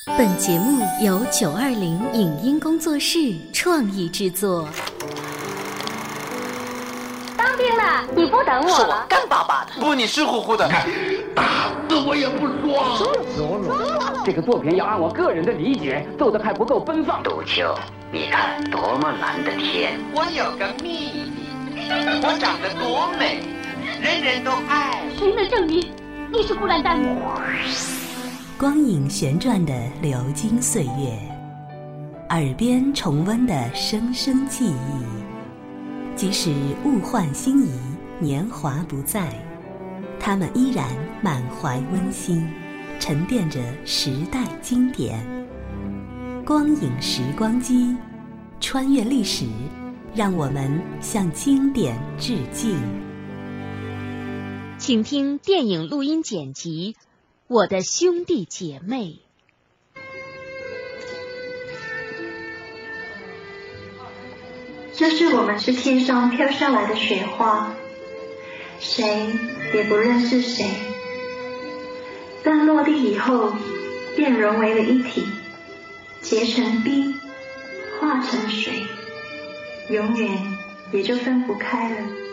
本节目由920影音工作室创意制作。 当兵了，你不等我了？ 是我干巴巴的， 不，你湿乎乎的。 打死我也不说。 这个作品要按我个人的理解做得还不够奔放。 杜秋，你看多么蓝的天！ 我有个秘密，我长得多美，人人都爱。 谁能证明你是孤兰丹？ 光影旋转的流金岁月，耳边重温的声声记忆，即使物换星移，年华不在，他们依然满怀温馨，沉淀着时代经典。光影时光机，穿越历史，让我们向经典致敬。请听电影录音剪辑《我的兄弟姐妹》。 这是我们是天上飘下来的雪花，谁也不认识谁，但落地以后便融为了一体，结成冰，化成水，永远也就分不开了。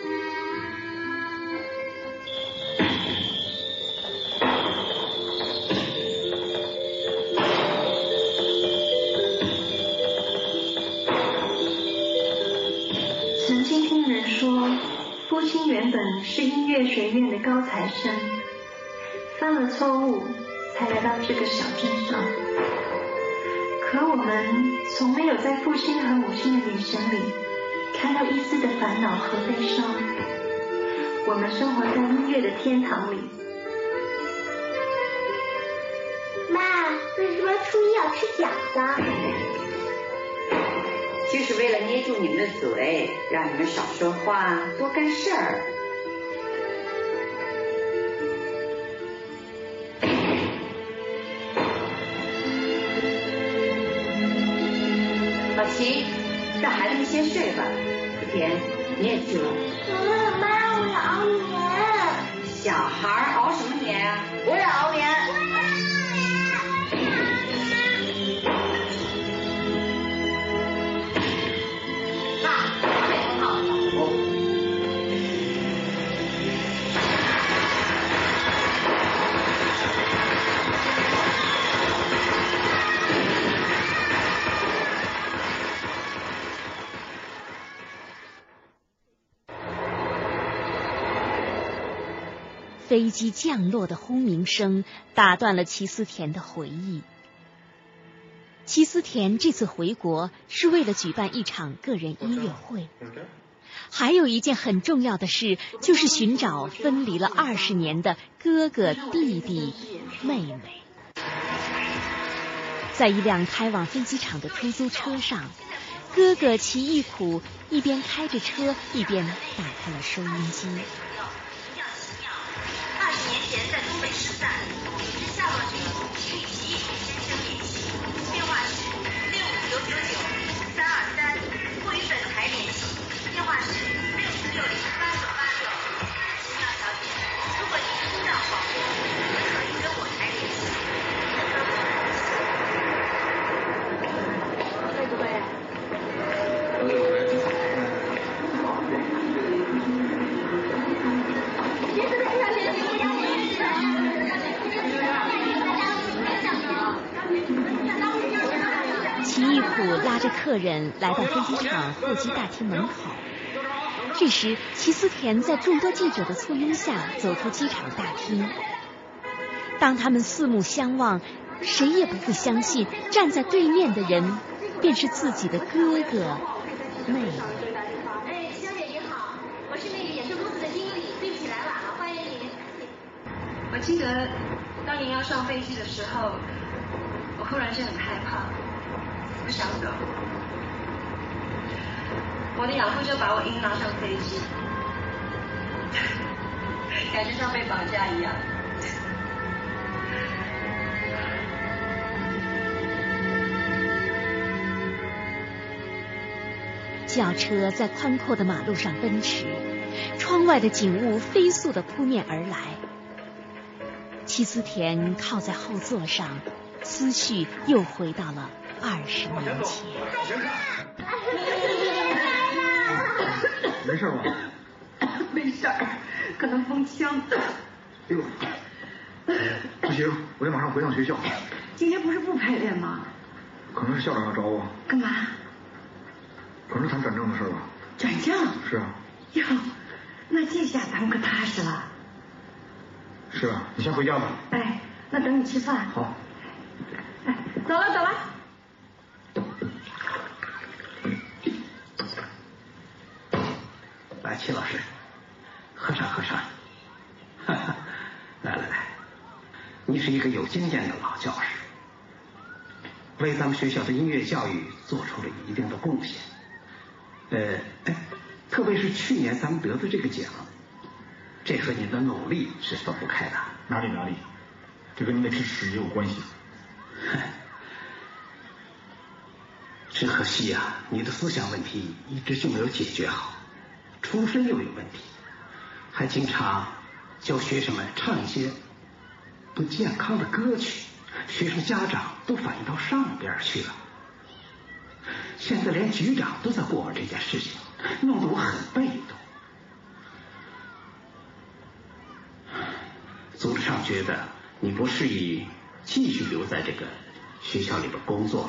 曾经听人说，父亲原本是音乐学院的高材生，犯了错误才来到这个小镇上。可我们从没有在父亲和母亲的眼神里看到一丝的烦恼和悲伤。我们生活在音乐的天堂里。 妈，为什么初一要吃饺子？ 就是为了捏住你们的嘴，让你们少说话，多干事儿。老齐，让孩子们先睡吧。福田，你也去了。 妈，我要熬年。 小孩熬什么年啊？我也熬年。 飞机降落的轰鸣声打断了齐思田的回忆。齐思田这次回国是为了举办一场个人音乐会，还有一件很重要的事，就是寻找分离了20年的哥哥、弟弟、妹妹。在一辆开往飞机场的出租车上，哥哥齐一苦一边开着车，一边打开了收音机。 20年前在东北失散，一直下落者请与齐一苦先生联系，电话是65999-323，或与本台联系，电话是6460-8986。徐妙小姐，如果您听到广播，可以跟我台联系。 会不会？ 齐一苦拉着客人来到飞机场候机大厅门口。这时，齐思田在众多记者的簇拥下走出机场大厅。当他们四目相望，谁也不会相信站在对面的人便是自己的哥哥、妹妹。 哎，肖姐你好，我是那个演出公司的经理，对不起来晚了，欢迎您。 我记得当年要上飞机的时候，我忽然间很害怕，不想走。我的养父就把我硬拉上飞机，感觉像被绑架一样。 轿车在宽阔的马路上奔驰，窗外的景物飞速地扑面而来。齐思田靠在后座上， 思绪又回到了20年前。 没事吧？ 没事儿，可能风枪。 哎呦，不行，我得马上回趟学校。 今天不是不排练吗？ 可能是校长要找我。 干嘛？ 可能是谈转正的事吧。 转正？ 是啊。 哟，那这下咱们可踏实了。 是啊，你先回家吧。 哎，那等你吃饭。 好。 哎，走了走了。 来，齐老师，喝上喝上。来来来，你是一个有经验的老教师，为咱们学校的音乐教育做出了一定的贡献。特别是去年咱们得的这个奖，这和你的努力是分不开的。 哪里，这跟你的支持也有关系。 只可惜啊，你的思想问题一直就没有解决好，出身又有问题，还经常教学生们唱一些不健康的歌曲，学生家长都反映到上边去了。现在连局长都在过问这件事情，弄得我很被动。组织上觉得你不适宜继续留在这个学校里边工作，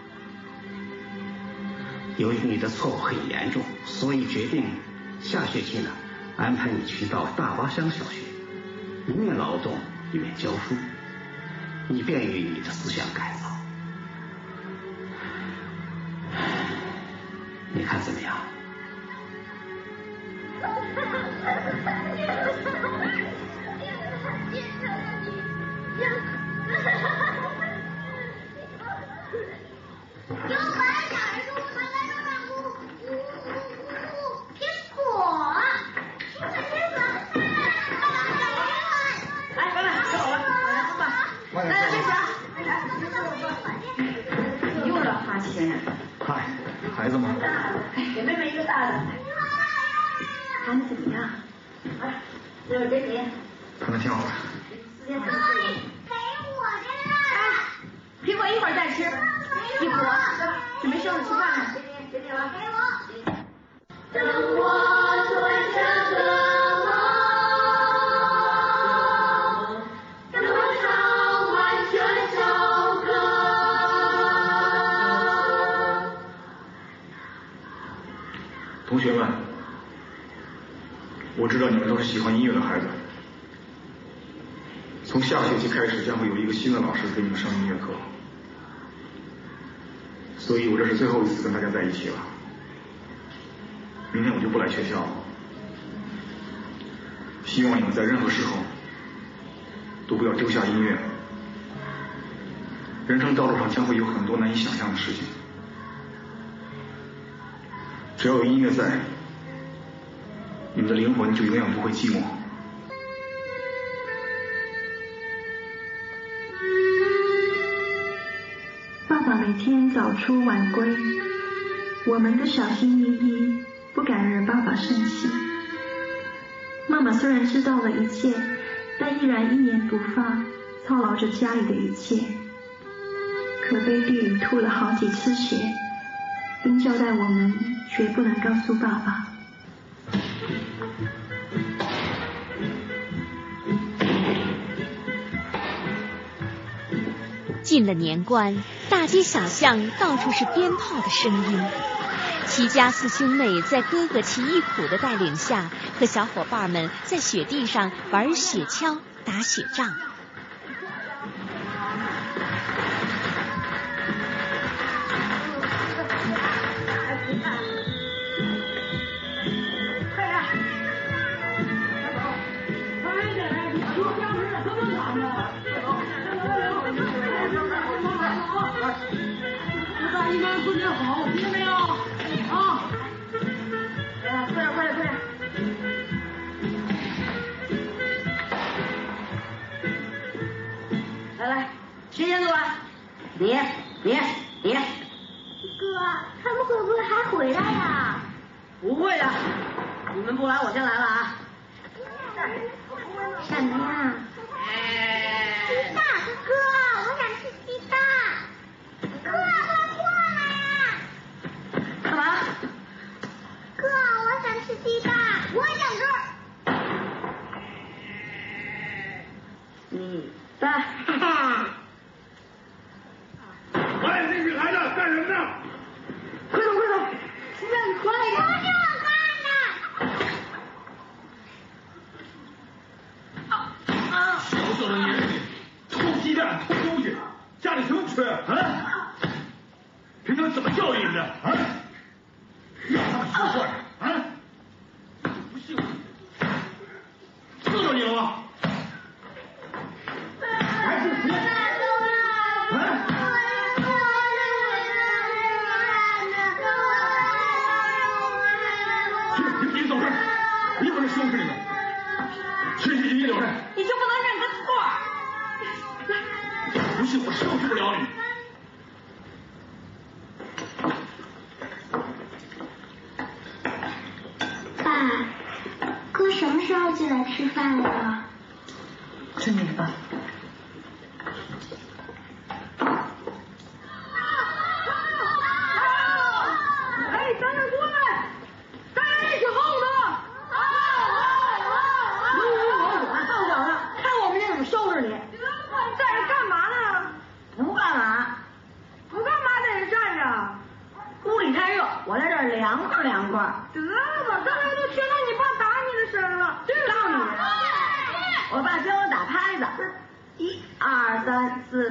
由于你的错误很严重，所以决定下学期呢安排你去到大洼乡小学，一面劳动一面教书，以便于你的思想改造。你看怎么样？ 孩子吗？ 给妹妹一个大的。弹的怎么样？这个给你。 弹的挺好的。 给我这个。 苹果一会儿再吃。一会儿准备收拾吃饭了。给你了。 给我。 等我做这个梦，等我唱完这首歌。 同学们，我知道你们都是喜欢音乐的孩子。从下学期开始，将会有一个新的老师给你们上音乐课，所以我这是最后一次跟大家在一起了。明天我就不来学校了。希望你们在任何时候都不要丢下音乐。人生道路上将会有很多难以想象的事情。只要有音乐在，你们的灵魂就永远不会寂寞。 爸爸每天早出晚归，我们都小心翼翼，不敢惹爸爸生气。妈妈虽然知道了一切，但依然一言不发，操劳着家里的一切。可背地里吐了好几次血，并交代我们绝不能告诉爸爸。 进了年关，大街小巷到处是鞭炮的声音。齐家四兄妹在哥哥齐一苦的带领下，和小伙伴们在雪地上玩雪橇、打雪仗。 你们准备好，听见没有？啊！ 快点，快点，快点！来来，谁先做完？你。 哥，他们会不会还回来呀？ 不会的，你们不来，我先来了啊！ 什么呀？鸡蛋，哥，我想吃鸡蛋。 吹啊？平常怎么教育你们的啊？让他们学坏啊？不信我，伺候你了吗？还是你？你走开！你不能收拾你们。去，你走开！ 你就不能认个错？ 不信我收拾不了你。 爸，哥什么时候进来吃饭了呀？ 真没吧？ 哎，等等过来！大家一起后头！ 放脚了，看我们这怎么收拾你！ 在这干嘛呢？ 不干嘛？ 不干嘛在这站着？ 屋里太热，我在这儿凉快凉快。 得吧，刚才都听到你爸打你的声了。 告你，我爸教我打拍子，1、2、3、4。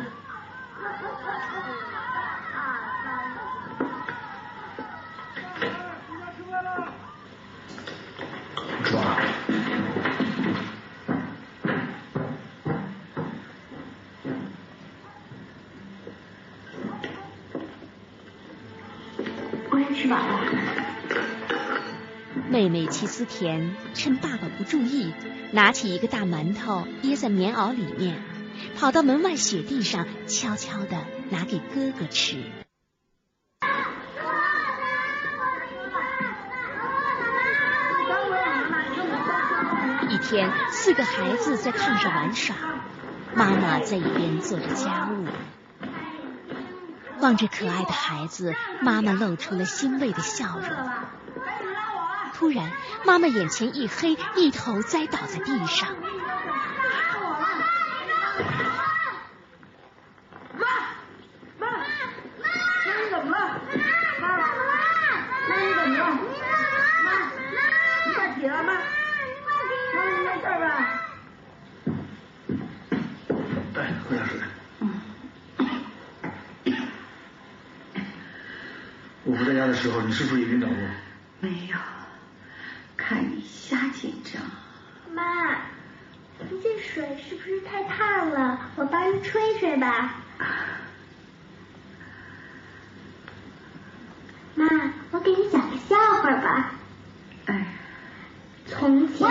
吃完了。 我也吃饱了。 妹妹齐思甜趁爸爸不注意，拿起一个大馒头掖在棉袄里面，跑到门外雪地上，悄悄地拿给哥哥吃。一天，4个孩子在炕上玩耍，妈妈在一边做着家务。望着可爱的孩子，妈妈露出了欣慰的笑容。突然，妈妈眼前一黑，一头栽倒在地上。 妈，你怎么了？ 你怎么了？ 你快起来，妈！你没事吧？ 来，喝点水。我不在家的时候，你是不是也晕倒过？ 没有，看你瞎紧张。 妈，这水是不是太烫了？我帮你吹吹吧。妈，我给你讲个笑话吧。 哎， 从前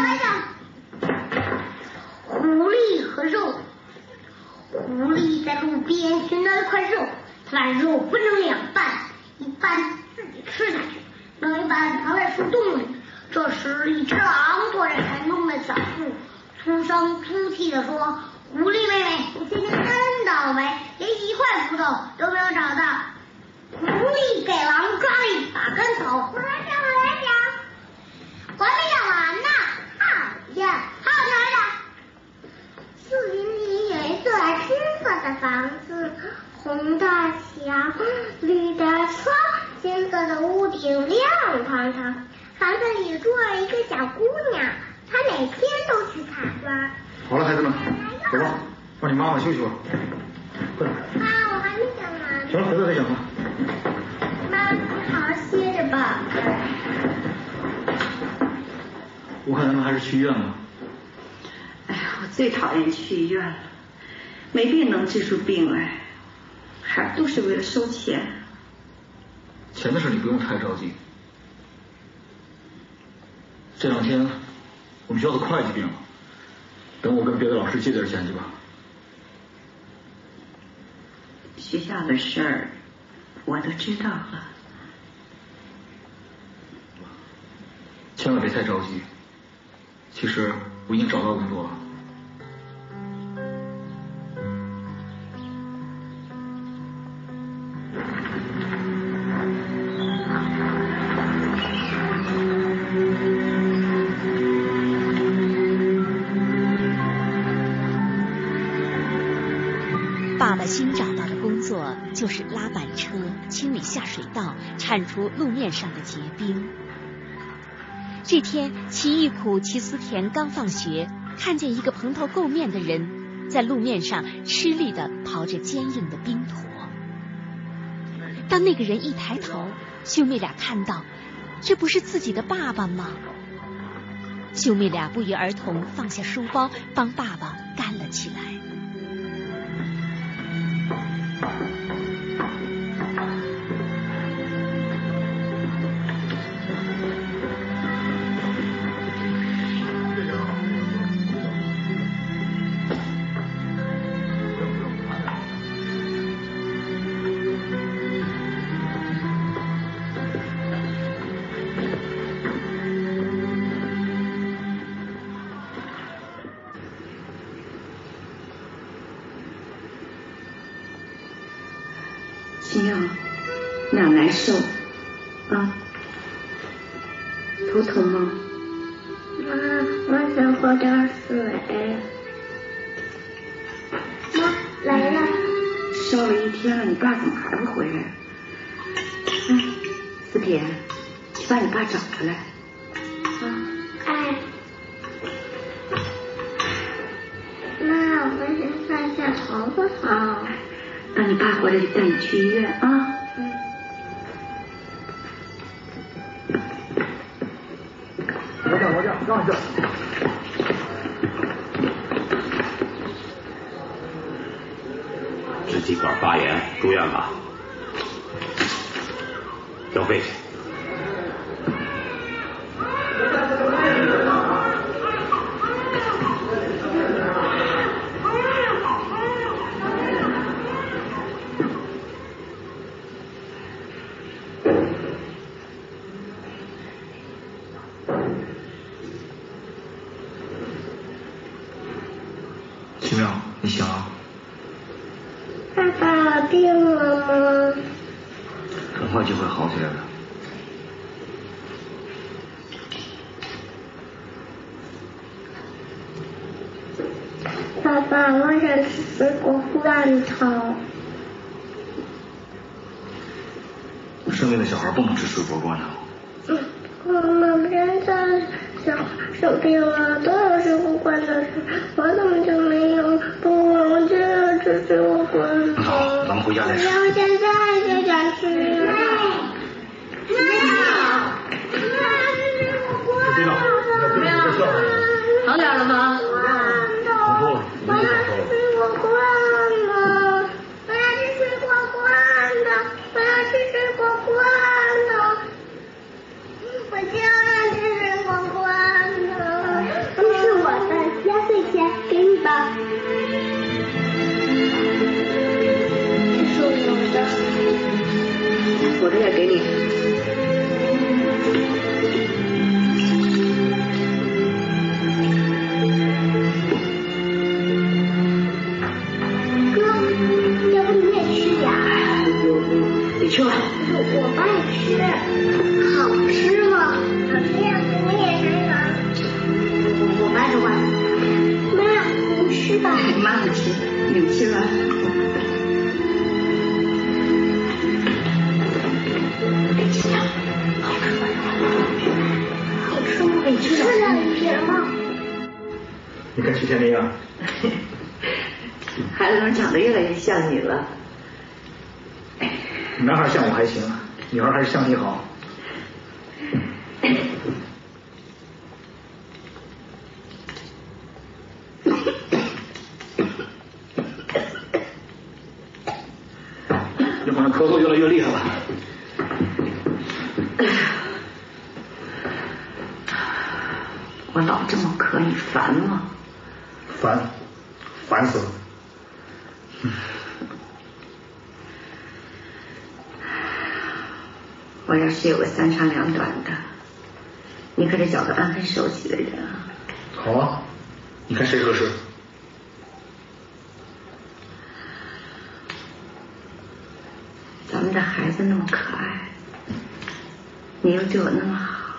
狐狸和肉，狐狸在路边寻到一块肉，他把肉分成2半，一半自己吃下去，另一半藏在树洞里。这时，一只狼躲在山中的小树，粗声粗气地说：“狐狸妹妹，你最近真倒霉，连一块骨头都没有找到。”狐狸给狼抓了一把跟头，我来讲，我还没讲完呢。讨厌，还有呢。树林里有一座金色的房子，红的墙，绿的窗，金色的屋顶亮堂堂。房子里住了一个小姑娘，她每天都去采花。 好了，孩子们，走吧，让你妈妈休息吧。快点。 妈，我还没讲完。 行了，回头再讲吧。 妈，你好好歇着吧。 我看咱们还是去医院吧。 哎呀，我最讨厌去医院了，没病能治出病来，还都是为了收钱。 钱的事你不用太着急。这2天我们学校的会计病了，等我跟别的老师借点钱去吧。 学校的事儿我都知道了。 千万别太着急，其实我已经找到工作了。 爸爸新找到的工作就是拉板车、清理下水道、铲除路面上的结冰。这天，齐玉苦、齐思甜刚放学，看见一个蓬头垢面的人在路面上吃力地刨着坚硬的冰坨。当那个人一抬头，兄妹俩看到，这不是自己的爸爸吗？兄妹俩不约而同放下书包，帮爸爸干了起来。 秦瑶，哪难受啊？头疼吗？ 妈，我想喝点水。妈，来了。 烧了一天了，你爸怎么还不回来？四撇，去把你爸找回来。 哎，妈，我想看下头发好。 让你爸回来就带你去医院啊。 劳驾，让一下。 支气管发炎，住院吧。交费去。 奇妙，你醒了？ 爸爸病了吗？ 很快就会好起来的。 爸爸，我想吃水果罐头。 生病的小孩不能吃水果罐头。 我们现在生病了，都有水果罐头吃，我怎么就没有？我就要吃水果罐头。 好，咱们回家再吃。 我现在就想吃。 好点了吗？ 我要吃水果罐头，我要吃水果罐头，我要吃水果罐头，我就要吃水果罐头。这是我的压岁钱，给你吧。这是我的， 我的也给你。你去吧。 我不爱吃，好吃吗？好吃呀，我也想。我不爱吃罐头。妈，你吃吧。 妈不吃，你们吃吧。 好吃吗？你吃了一瓶吗？ 你看徐天林啊， 孩子们长得越来越像你了。 男孩像我还行，女孩还是像你好。你好像咳嗽越来越厉害了。 我老这么咳，你烦吗？ 烦死了。 我要是有个三长两短的，你可得找个安分守己的人啊。 好啊，你看谁合适？ 咱们的孩子那么可爱，你又对我那么好，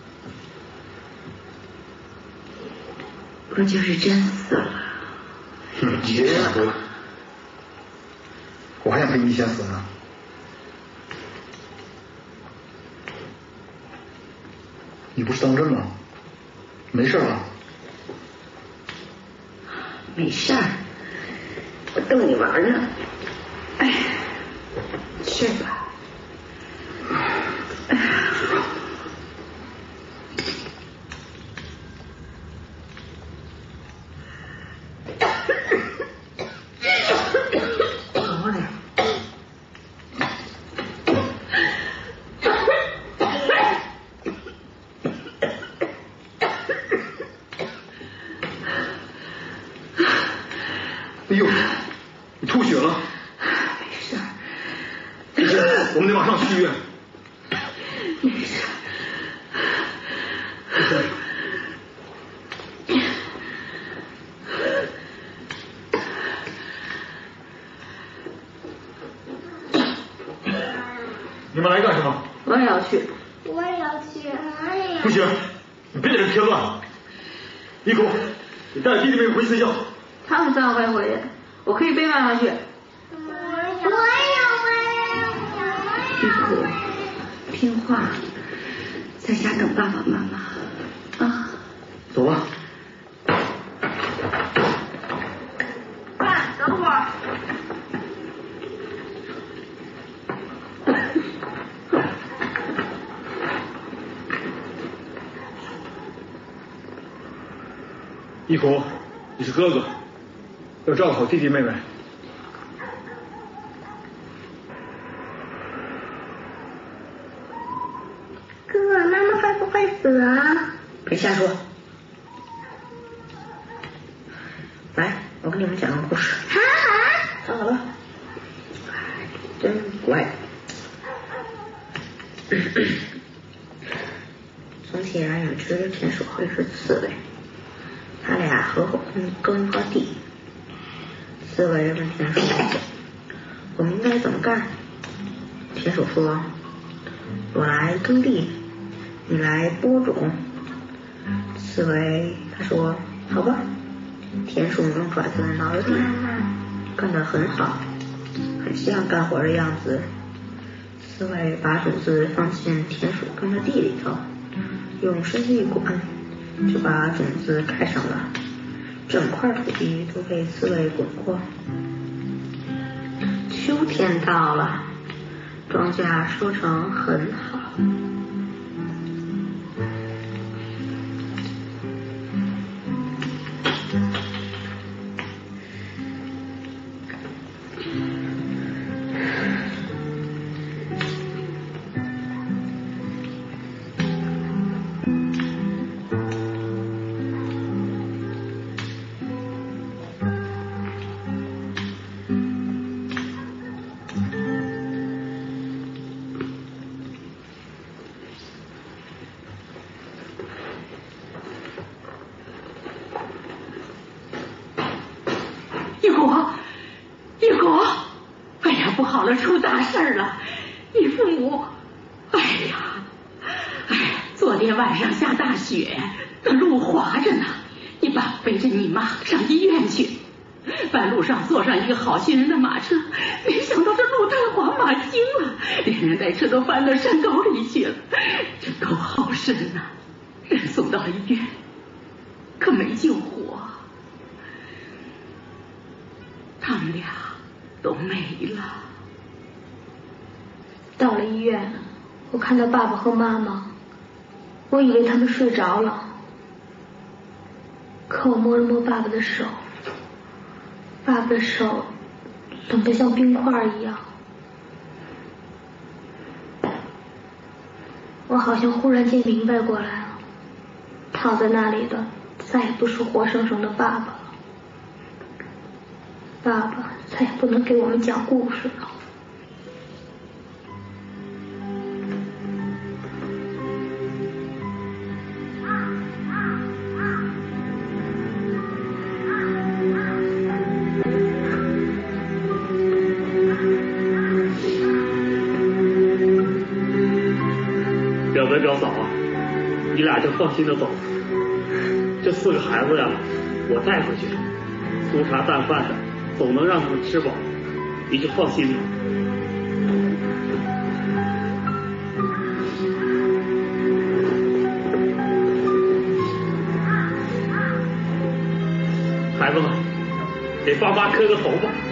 不就是真死了？ 你这想多了，我还想陪你一起死呢。你不是当真吗？没事吧？ 没事儿， 我逗你玩呢。哎，睡吧。 哎呦，你吐血了？ 没事。 不行，我们得马上去医院。 没事。 你们来干什么？ 我也要去。 我也要去，我也要。 不行，你别给人添乱。一口，你带着弟弟妹妹回学校。 他们3回回去，我可以背妈妈去。 我也要。 一口，听话，在家等爸爸妈妈啊。 走吧。 爸，等会儿。 一口，你是哥哥，要照顾好弟弟妹妹。 哥，妈妈会不会死啊？ 别瞎说。来，我给你们讲个故事。好了，真乖。从前有只田鼠和一只刺猬，他俩合伙耕一块地。刺猬问田鼠：“我们应该怎么干？”田鼠说：“我来耕地，你来播种。”刺猬他说：“好吧。”田鼠用爪子挠着地，干得很好，很像干活的样子。刺猬把种子放进田鼠耕的地里头，用身子一滚，就把种子盖上了，整块土地都被刺猬滚过。秋天到了，庄稼收成很好。好了，出大事了！你父母，昨天晚上下大雪，那路滑着呢。你爸背着你妈上医院去，半路上坐上一个好心人的马车，没想到这路太滑，马惊了，连人带车都翻到山沟里去了。这沟好深呐，人送到了医院，可没救活，他们俩都没了。 到了医院，我看到爸爸和妈妈，我以为他们睡着了，可我摸了摸爸爸的手，爸爸的手冷得像冰块一样。我好像忽然间明白过来了，躺在那里的再也不是活生生的爸爸了，爸爸再也不能给我们讲故事了。 表哥表嫂啊，你俩就放心的走。这4个孩子呀，我带回去，粗茶淡饭的，总能让他们吃饱，你就放心吧。孩子们，给爸妈磕个头吧。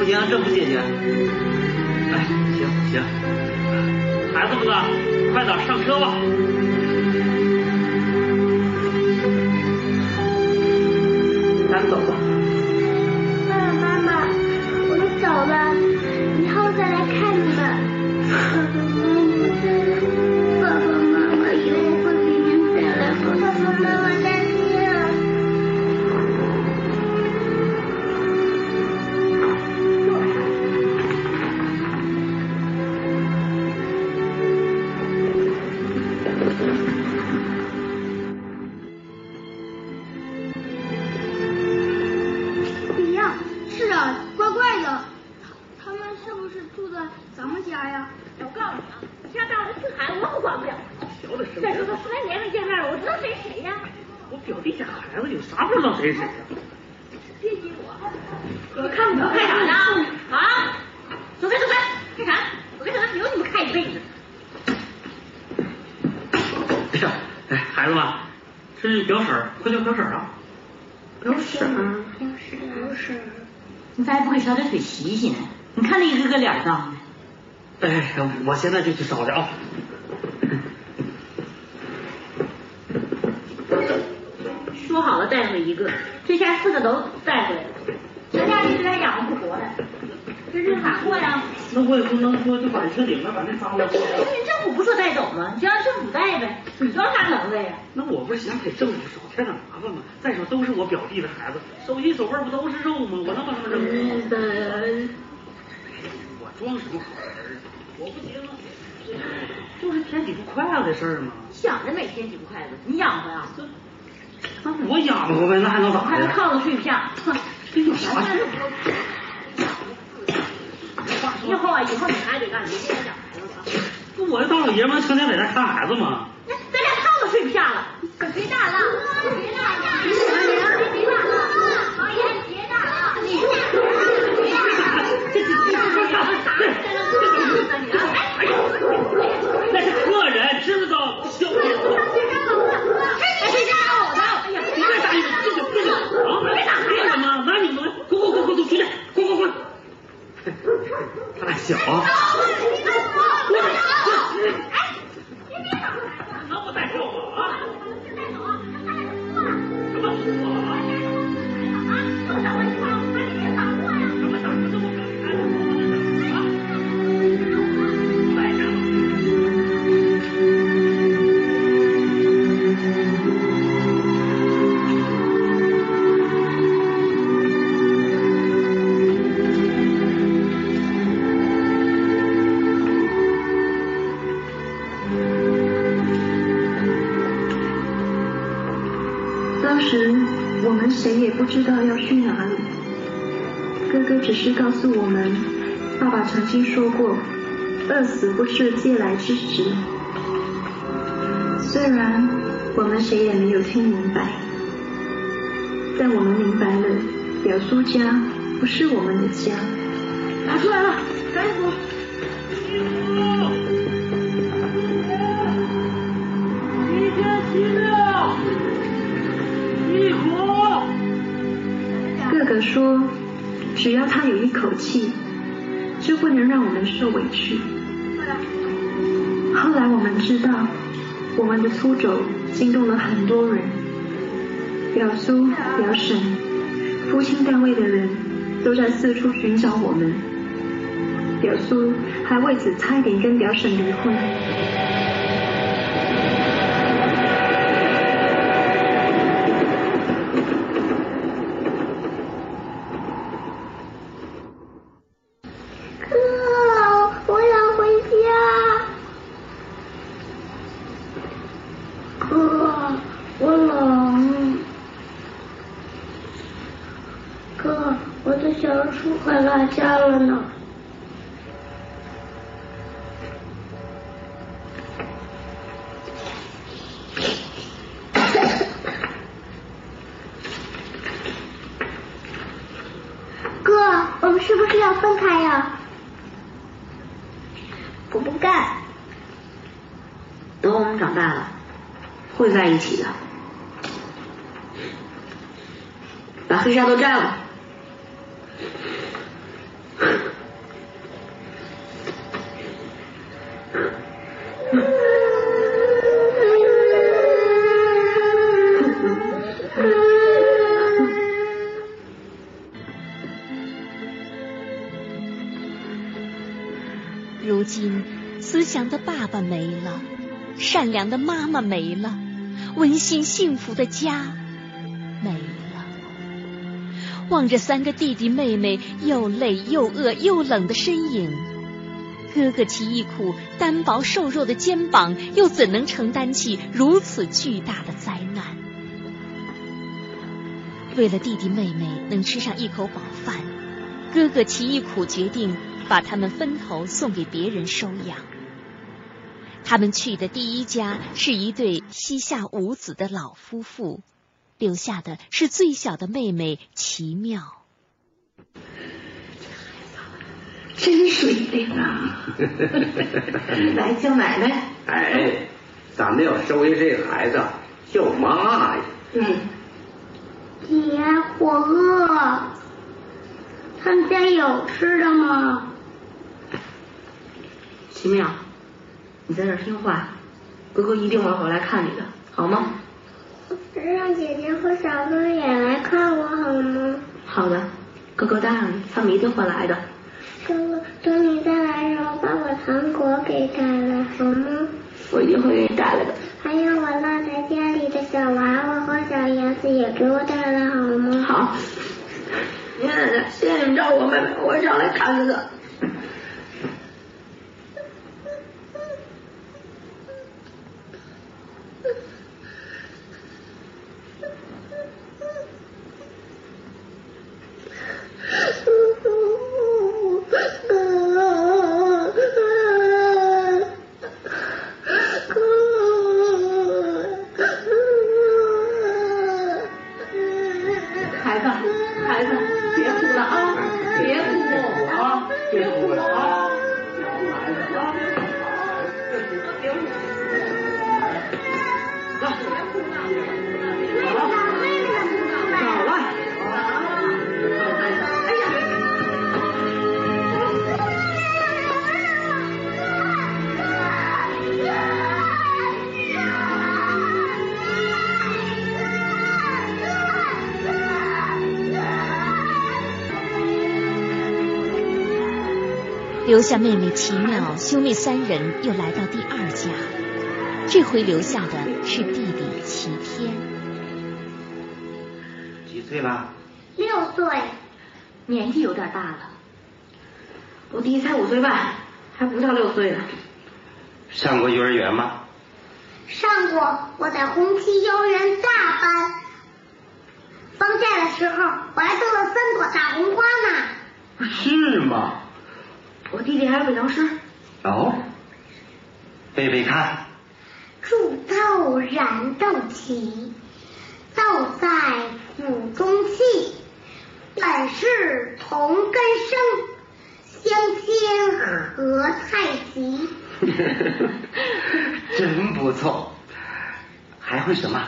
行，这不解决。哎，行，孩子们啊，快点上车吧。咱们走吧。 爸爸妈妈，我们走了，以后再来看你们。爸爸妈妈以后会每天再来和爸爸妈妈再见。 是啊，怪怪的。他们是不是住在咱们家呀？ 我告诉你啊，家大的四海我可管不了。 小的什么？ 再说他10来年没见面了，我知道谁是谁呀？ 我表弟家孩子有啥不知道谁是谁呀？ 别激我！你看你们看啥呢？啊！走开！干啥？我跟他们留你们看一辈子。 哎呀，孩子们，这是表婶儿，快叫表婶儿啊！ 表婶。 你咋也不给小点腿洗洗呢？你看那一个个脸脏的。哎，我现在就去找去啊。 说好了带回一个，这下4个都带回来了，咱家一直还养活不活的，这是哪货呀？ 那我也不能说就把车顶上把那脏的。 人政府不说带走吗？你就让政府带呗，你装啥能耐呀？ 那我不是想给政府少添点麻烦吗？再说都是我表弟的孩子，手心手背不都是肉吗？我能把他们扔吗？我装什么好人？我不行了，就是添几副筷子的事儿嘛。 想着每天几副筷子，你养活呀？ 那我养活呗，那还能咋的？ 还能炕上睡不下。 这有啥事？ 以后你还得干，你别养孩子了啊！ 那我这大老爷们成天在这看孩子吗？ 那咱俩炕都睡不下了，可别打了，别打了，别打了，王爷别打了，你那是客人，知不知道？小别打我的！哎呀，你别打你，别啊！别打别什么？拿你们滚出去，滚！他俩小啊！能不带走啊？什么错啊？都找我一块，我赶紧别打我呀！什么打？这我表弟孩子，来着。 当时我们谁也不知道要去哪里，哥哥只是告诉我们，爸爸曾经说过，饿死不是嗟来之食。虽然我们谁也没有听明白，但我们明白了，表叔家不是我们的家。 拿出来了，赶紧走。 哥哥说，只要他有一口气，就不能让我们受委屈。后来我们知道，我们的出走惊动了很多人，表叔、表婶、父亲单位的人都在四处寻找我们。表叔还为此差点跟表婶离婚。 快落家了呢。哥，我们是不是要分开呀？我不干。 等我们长大了，会在一起的。把黑纱都摘了。 如今，慈祥的爸爸没了，善良的妈妈没了，温馨幸福的家没了。望着3个弟弟妹妹又累又饿又冷的身影，哥哥其一苦，单薄瘦弱的肩膀又怎能承担起如此巨大的灾难？为了弟弟妹妹能吃上一口饱饭，哥哥其一苦决定把他们分头送给别人收养。他们去的第一家是一对膝下无子的老夫妇，留下的是最小的妹妹奇妙。 真水灵啊！来叫奶奶。 哎，咱们要收养这个孩子叫妈呀。 姐，我饿。他们家有吃的吗？ 奇妙，你在这儿听话，哥哥一定会回来看你的，好吗？ 让姐姐和小哥也来看我好吗？ 好的，哥哥答应你，他们一定会来的。 哥哥，等你再来时候，把我糖果给带来好吗？ 我一定会给你带来的。 还有我落在家里的小娃娃和小鸭子也给我带来好吗？ 好。爷爷奶奶，谢谢你们照顾我妹妹，我会常来看你的。 留下妹妹奇妙，兄妹3人又来到第2家，这回留下的是弟弟齐天。 几岁了 ？6岁， 年纪有点大了。 我弟才5岁半，还不到6岁呢。 上过幼儿园吗？ 上过，我在红旗幼儿园大班。放假的时候，我还得了3朵大红花呢。 是吗？ 我弟弟还有背唐诗。 哦，背背看。 铸造燃豆萁，豆在釜中泣。本是同根生，相煎何太急。 真不错。还会什么？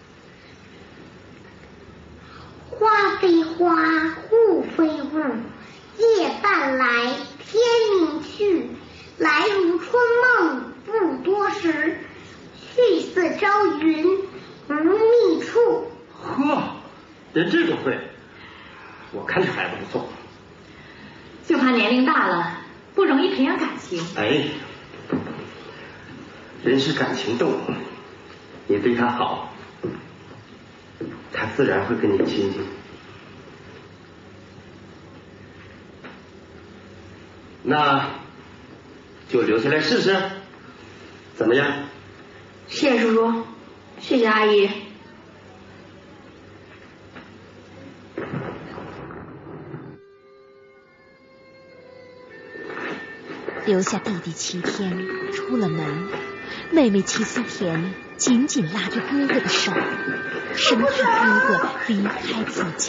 花非花，雾非雾，夜半来，天明去。来如春梦不多时，去似朝云无觅处。 呵，连这个会，我看这孩子不错。 就怕年龄大了，不容易培养感情。 哎，人是感情动物，你对他好，他自然会跟你亲近。那就留下来试试，怎么样？ 谢谢叔叔，谢谢阿姨。 留下弟弟齐天，出了门，妹妹齐思甜紧紧拉着哥哥的手，生怕哥哥离开自己。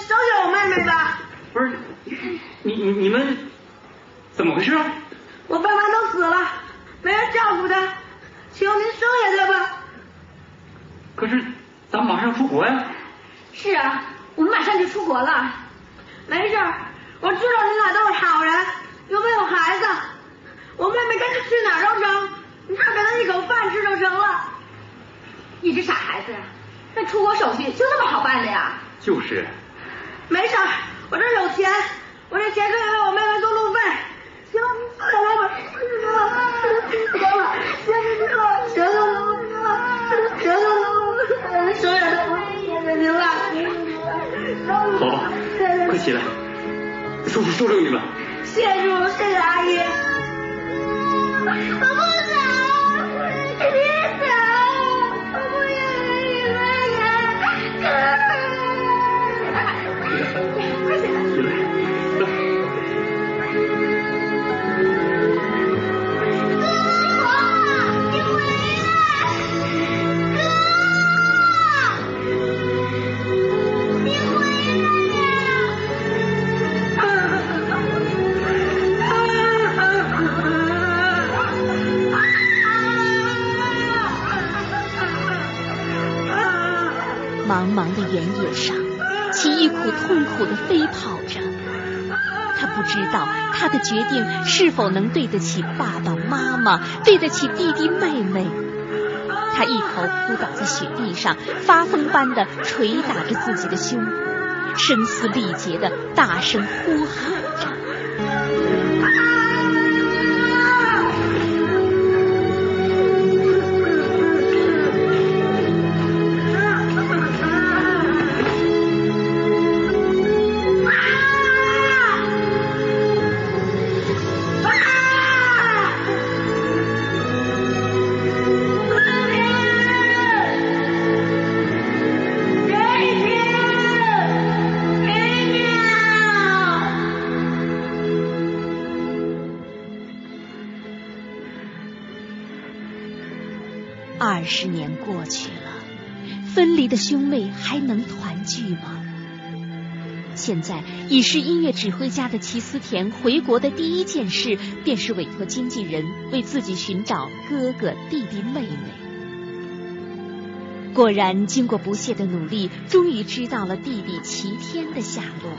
收下我妹妹吧。 不是，你们怎么回事？ 我爸妈都死了，没人照顾她，求您收下她吧。 可是咱马上要出国呀。 是啊，我们马上就出国了。 没事，我知道你俩都是好人，又没有孩子，我妹妹跟着去哪儿都成，你只要给她一口饭吃就成了。 你这傻孩子呀，那出国手续就那么好办的呀？ 就是。 没事，我这有钱，我这钱可以为我妹妹做路费。行，来吧，行了，收下她，行了。 好吧，快起来，叔叔收留你们。 谢谢叔叔，谢谢阿姨。 我不走，别走，我不要跟你们快起来，起来。 茫茫的原野上，奇异苦痛苦地飞跑着。他不知道他的决定是否能对得起爸爸妈妈，对得起弟弟妹妹。他一头扑倒在雪地上，发疯般地捶打着自己的胸部，声嘶力竭地大声呼喊着。20年过去了，分离的兄妹还能团聚吗？现在已是音乐指挥家的齐思田回国的第一件事，便是委托经纪人为自己寻找哥哥、弟弟、妹妹。果然，经过不懈的努力，终于知道了弟弟齐天的下落。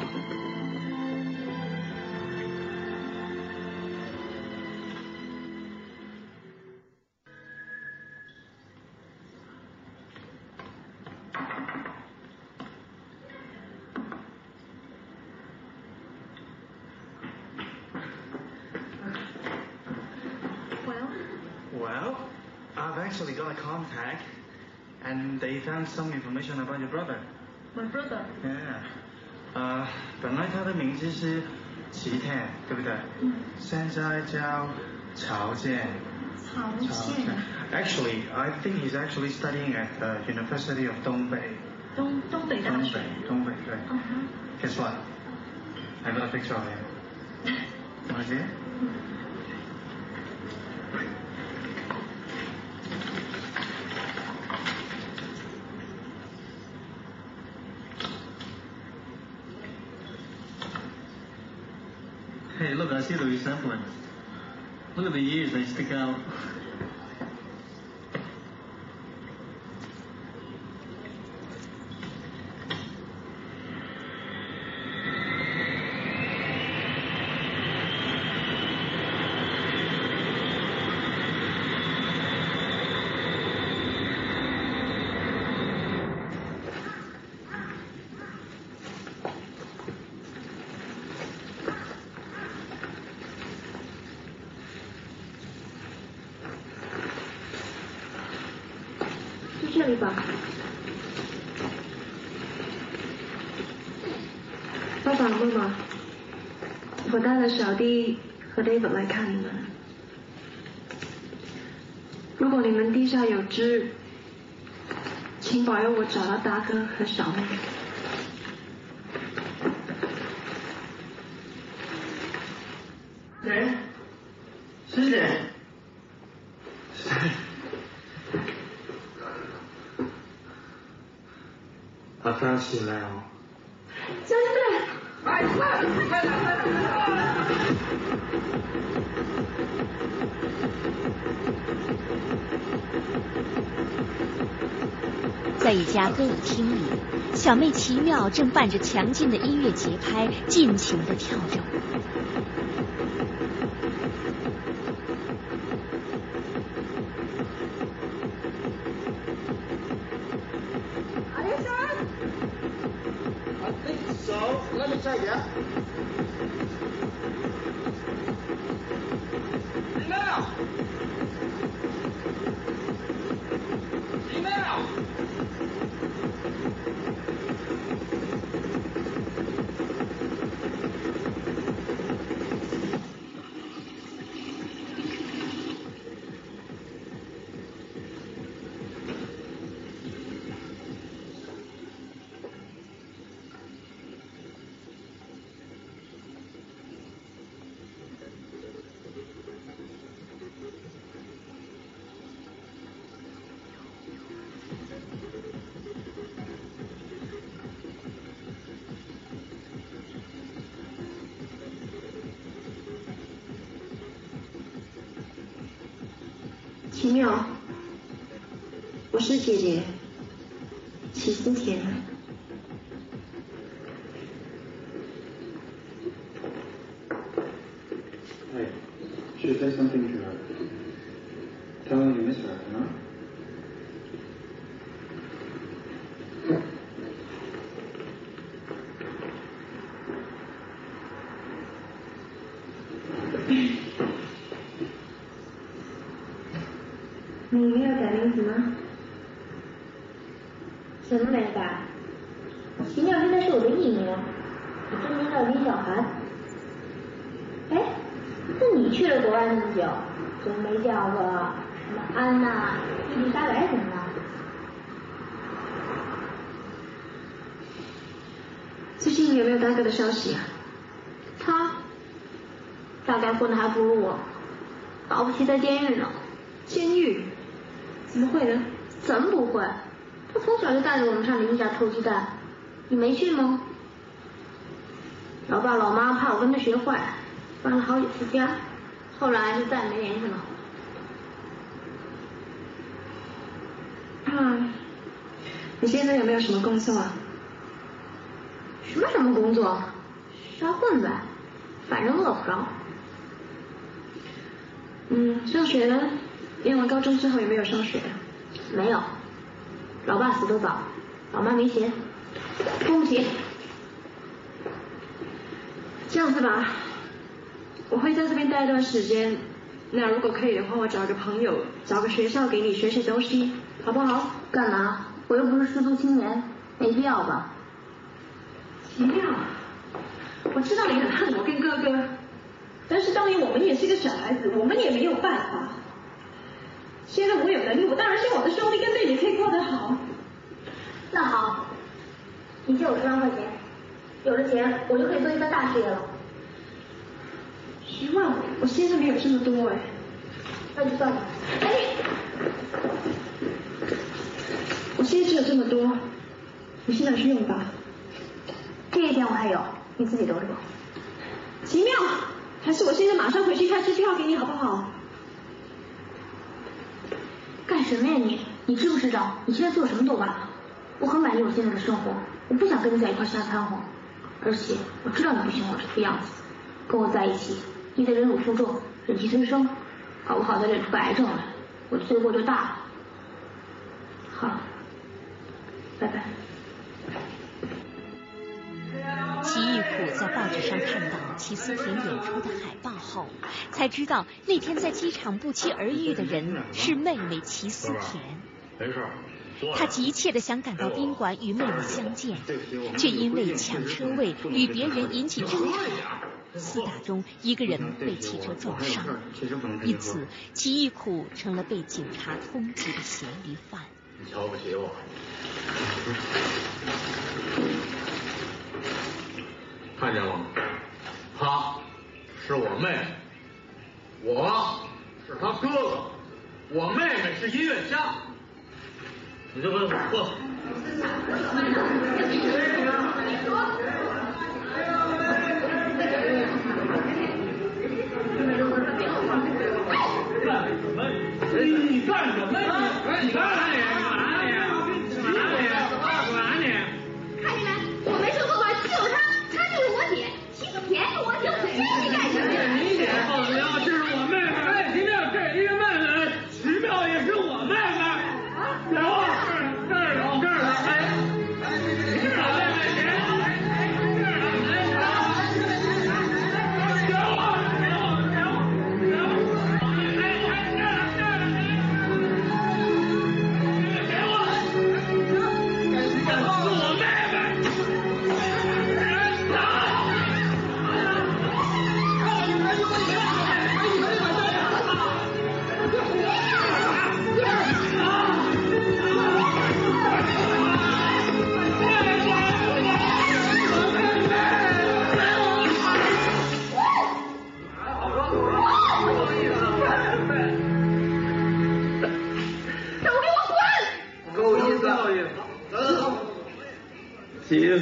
Well, I've actually got a contact, and they found some information about your brother. My brother? Yeah. 本来他的名字是齐天，对不对？现在叫曹健。 曹健。 Actually, I think he's actually studying at the University of 东北。 东北大学。 东北，对。Guess what? I got a picture of him. Want to see it? Hey, look, I see the resemblance. Look at the ears, they stick out. 爸爸妈妈，我带了小弟和 David 来看你们。如果你们地下有知，请保佑我找到大哥和小妹。 谁？是谁？ 阿芳醒来哦。 小心点！ 哎，快点！ 在一家歌舞厅里，小妹奇妙正伴着强劲的音乐节拍尽情地跳着舞。 Let me check it. Email. Email. 奇妙，我是姐姐，齐思甜。 Hey, should say something to her. Tell her you miss her, huh? 你没有改名字吗？ 什么没改？奇妙现在是我的艺名，我真名叫李小涵。哎，那你去了国外那么久，怎么没叫个什么安娜、伊丽莎白什么的？ 最近有没有大哥的消息啊？ 他大概混的还不如我，保不齐在监狱呢。 监狱？怎么会呢？ 怎么不会？他从小就带着我们上邻家偷鸡蛋，你没去吗？老爸老妈怕我跟他学坏，搬了好几次家，后来就再也没联系了。 你现在有没有什么工作啊？ 什么工作？瞎混呗，反正饿不着。 上学呢？念完高中之后有没有上学？ 没有，老爸死得早，老妈没钱，供不起。 这样子吧，我会在这边待一段时间，那如果可以的话，我找个朋友，找个学校给你学些东西，好不好？ 干嘛？我又不是失足青年，没必要吧？ 奇妙，我知道你很恨我跟哥哥，但是当年我们也是个小孩子，我们也没有办法。现在我有能力，我当然希望我的兄弟跟妹妹可以过得好。 那好，你借我10万块钱，有了钱我就可以做一番大事业了。 10万？我现在没有这么多哎。 那就算了。哎， 我现在只有这么多，你先拿去用吧。 这些钱我还有，你自己留着吧。 奇妙，还是我现在马上回去开支票给你好不好？ 干什么呀你？你知不知道你现在做什么都晚了？我很满意我现在的生活，我不想跟你在一块瞎掺和。而且我知道你不喜欢我这个样子，跟我在一起，你得忍辱负重，忍气吞声，搞不好再忍出个癌症来，我的罪过就大了。好了，拜拜。 齐玉虎在报纸上看到齐思甜演出的海报后，才知道那天在机场不期而遇的人是妹妹齐思甜。 没事。 他急切地想赶到宾馆与妹妹相见，却因为抢车位与别人引起争吵，厮打中一个人被汽车撞伤，因此齐玉虎成了被警察通缉的嫌疑犯。 你瞧不起我？看见了吗？她是我妹妹，我是她哥哥，我妹妹是音乐家。你就问我，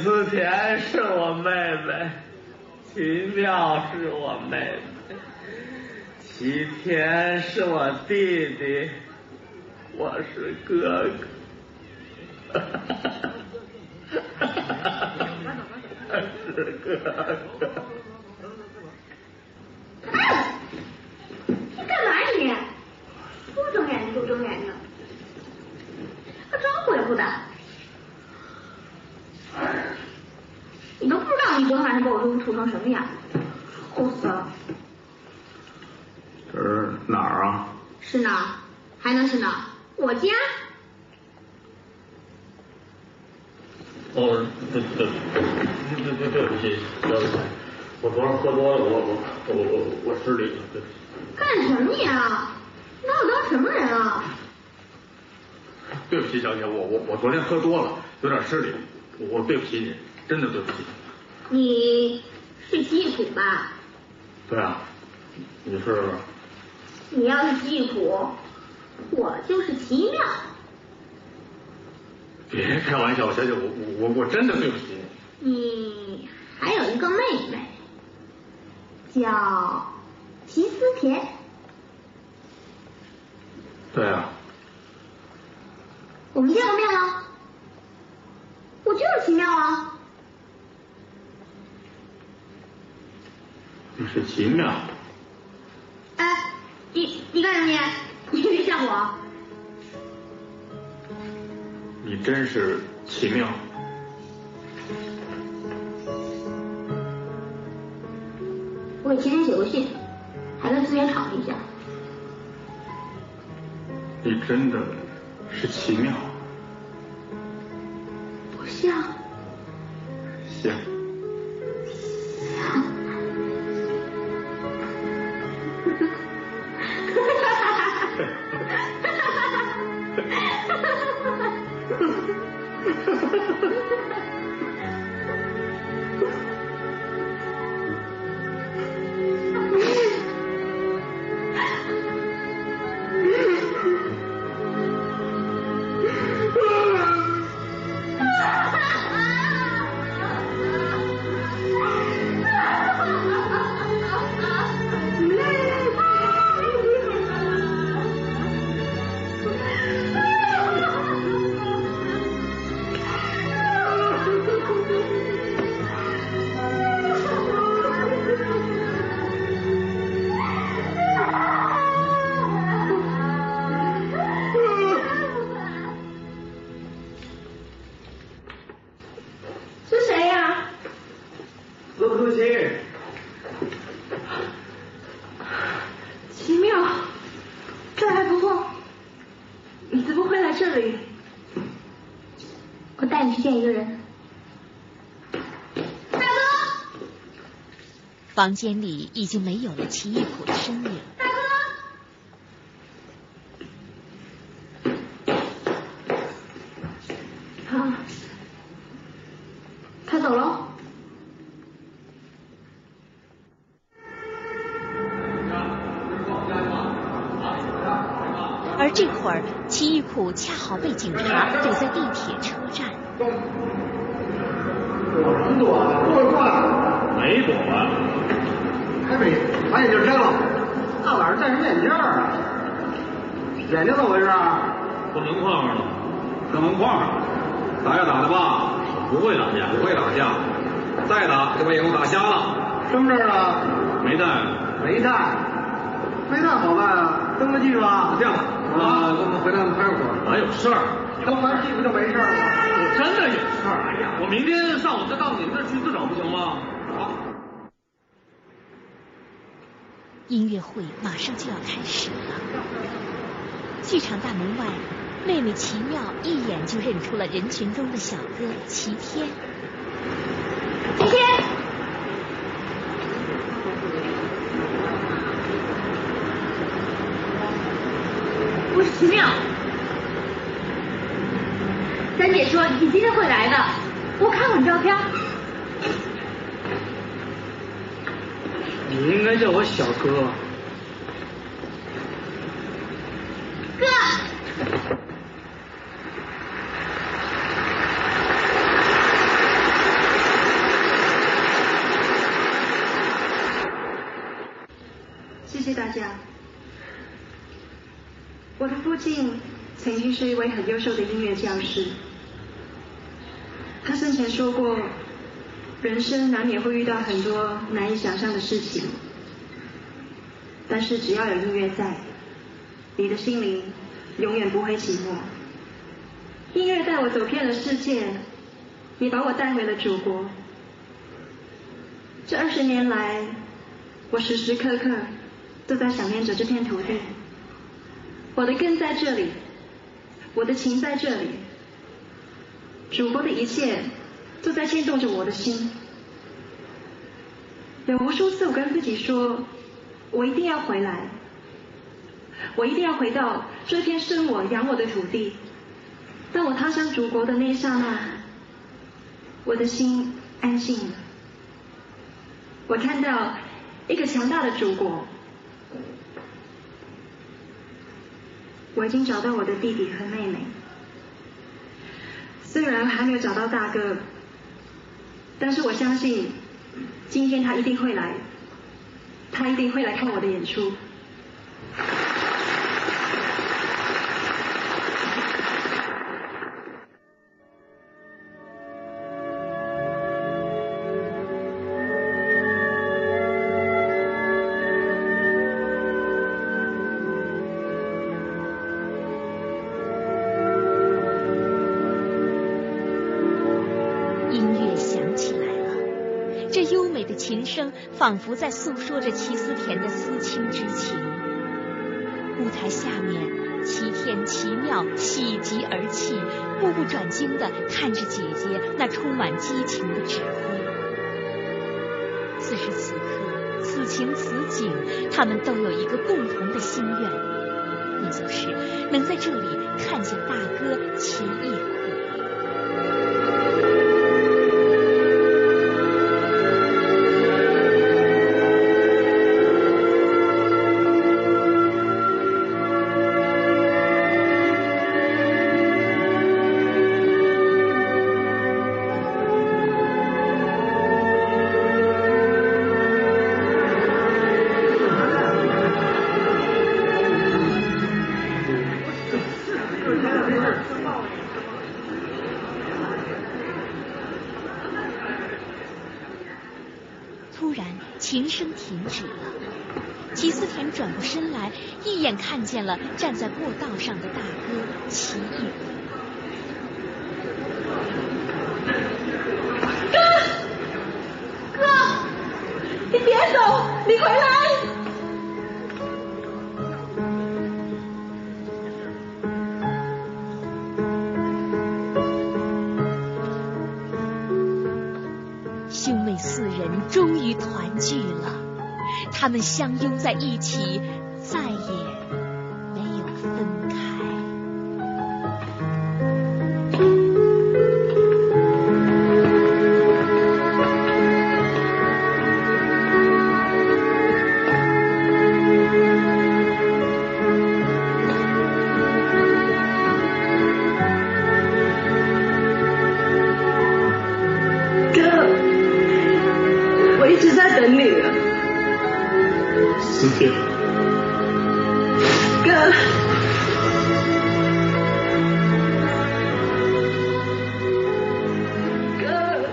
思甜是我妹妹，奇妙是我妹妹，齐天是我弟弟，我是哥哥，是哥哥。 哎，你干嘛你？不睁眼睛就睁眼睛，个招呼也不打。你都不知道你昨天晚上给我中午吐成什么样，臭死了。 这是哪儿啊？ 是哪儿？还能是哪儿？我家。 哦，对不起，我昨儿喝多了，我失礼了，对不起。 干什么呀？拿我当什么人啊？ 对不起，小姐，我昨天喝多了，有点失礼，我对不起你，真的对不起。 你是奇异果吧？ 对啊，你是？ 你要是奇异果，我就是奇妙。 别开玩笑，小姐，我真的对不起你。 你还有一个妹妹，叫齐思甜。 对啊。 我们见过面了，我就是奇妙啊。 你是奇妙。 哎，你干什么你别吓我。 你真是奇妙。 我给齐天写过信，还跟思甜吵了一架。 你真的是奇妙。 不像。 像。 房间里已经没有了奇异果的身影。 大哥，他走了。 而这会儿，奇异果恰好被警察堵在地铁车站。 躲什么躲啊？过来！ 没躲啊。 还没把眼镜摘了，大晚上戴什么眼镜啊？眼睛怎么回事啊？ 搁门框上了。 搁门框上，打架打的吧？ 不会打架， 不会打架，再打就把眼睛打瞎了。 身份证啊？ 没带。 没带好办啊？登个记是吧？ 这样吧，我们回他们派出所。 哪有事儿？ 登完记不就没事了吗？ 我真的有事儿。哎呀，我明天上午再到你们这儿去自首不行吗？好。 音乐会马上就要开始了。剧场大门外，妹妹奇妙一眼就认出了人群中的小哥齐天。 齐天，我是奇妙。咱姐说你今天会来的，我看过你照片。 你应该叫我小哥。 哥。 谢大家。我的父亲曾经是一位很优秀的音乐教师，他生前说过，人生难免会遇到很多难以想象的事情，但是只要有音乐在，你的心灵永远不会寂寞。音乐带我走遍了世界，也把我带回了祖国。这20年来，我时时刻刻都在想念着这片土地。我的根在这里，我的情在这里，祖国的一切都在牵动着我的心。有无数次我跟自己说，我一定要回来，我一定要回到这片生我养我的土地。当我踏上祖国的那一刹那，我的心安静了。我看到一个强大的祖国，我已经找到我的弟弟和妹妹，虽然还没有找到大哥，但是我相信今天他一定会来，他一定会来看我的演出。 琴声仿佛在诉说着齐思田的思亲之情。舞台下面，齐田奇妙喜极而泣，目不转睛地看着姐姐那充满激情的指挥。此时此刻，此情此景，他们都有一个共同的心愿，那就是能在这里看见大哥齐义虎。突然，琴声停止了。齐思田转过身来，一眼看见了站在过道上的大哥齐义虎。 哥，你别走，你回来！ 兄妹4人终于团聚了，他们相拥在一起，再也没有分开。 等你了， 思田， 哥，哥，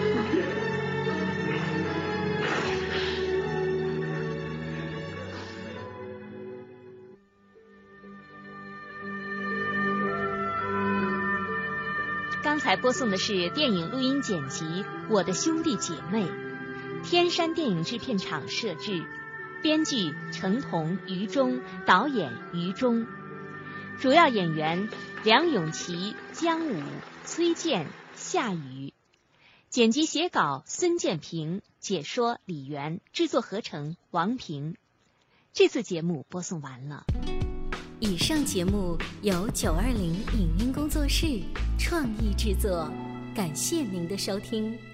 刚才播送的是电影录音剪辑《我的兄弟姐妹》。天山电影制片厂摄制，编剧程彤、于忠，导演于忠，主要演员梁咏琪、姜武、崔健、夏雨，剪辑写稿孙建平，解说李源，制作合成王平。这次节目播送完了。 以上节目由920影音工作室创意制作，感谢您的收听。